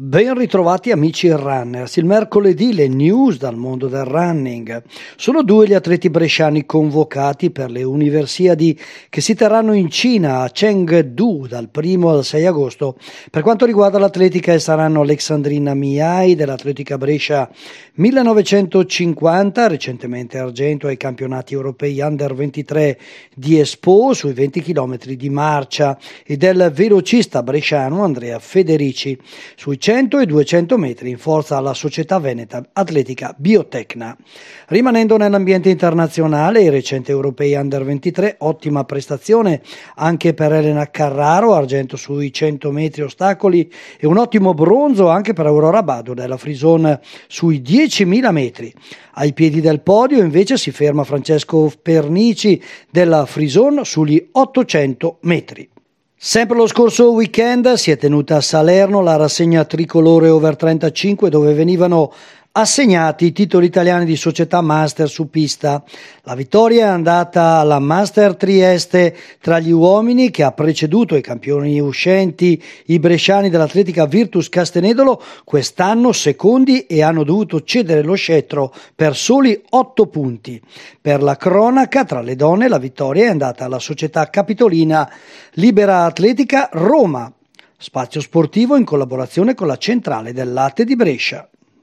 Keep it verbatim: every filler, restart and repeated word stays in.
Ben ritrovati amici runners, il mercoledì le news dal mondo del running. Sono due gli atleti bresciani convocati per le Universiadi che si terranno in Cina a Chengdu dal primo al sei agosto. Per quanto riguarda l'atletica saranno Alexandrina Miai dell'Atletica Brescia millenovecentocinquanta, recentemente argento ai campionati europei under ventitré di Espoo sui venti chilometri di marcia, e del velocista bresciano Andrea Federici sui cento e duecento metri in forza alla società veneta atletica Biotecna. Rimanendo nell'ambiente internazionale, i recenti europei under ventitré, ottima prestazione anche per Elena Carraro, argento sui cento metri ostacoli, e un ottimo bronzo anche per Aurora Bado della Frison sui diecimila metri. Ai piedi del podio invece si ferma Francesco Pernici della Frison sugli ottocento metri. Sempre lo scorso weekend si è tenuta a Salerno la rassegna tricolore over trentacinque, dove venivano assegnati i titoli italiani di società master su pista. La vittoria è andata alla Master Trieste tra gli uomini, che ha preceduto i campioni uscenti, i bresciani dell'Atletica Virtus Castenedolo, quest'anno secondi, e hanno dovuto cedere lo scettro per soli otto punti. Per la cronaca, tra le donne la vittoria è andata alla società capitolina Libera Atletica Roma, spazio sportivo in collaborazione con la Centrale del Latte di Brescia.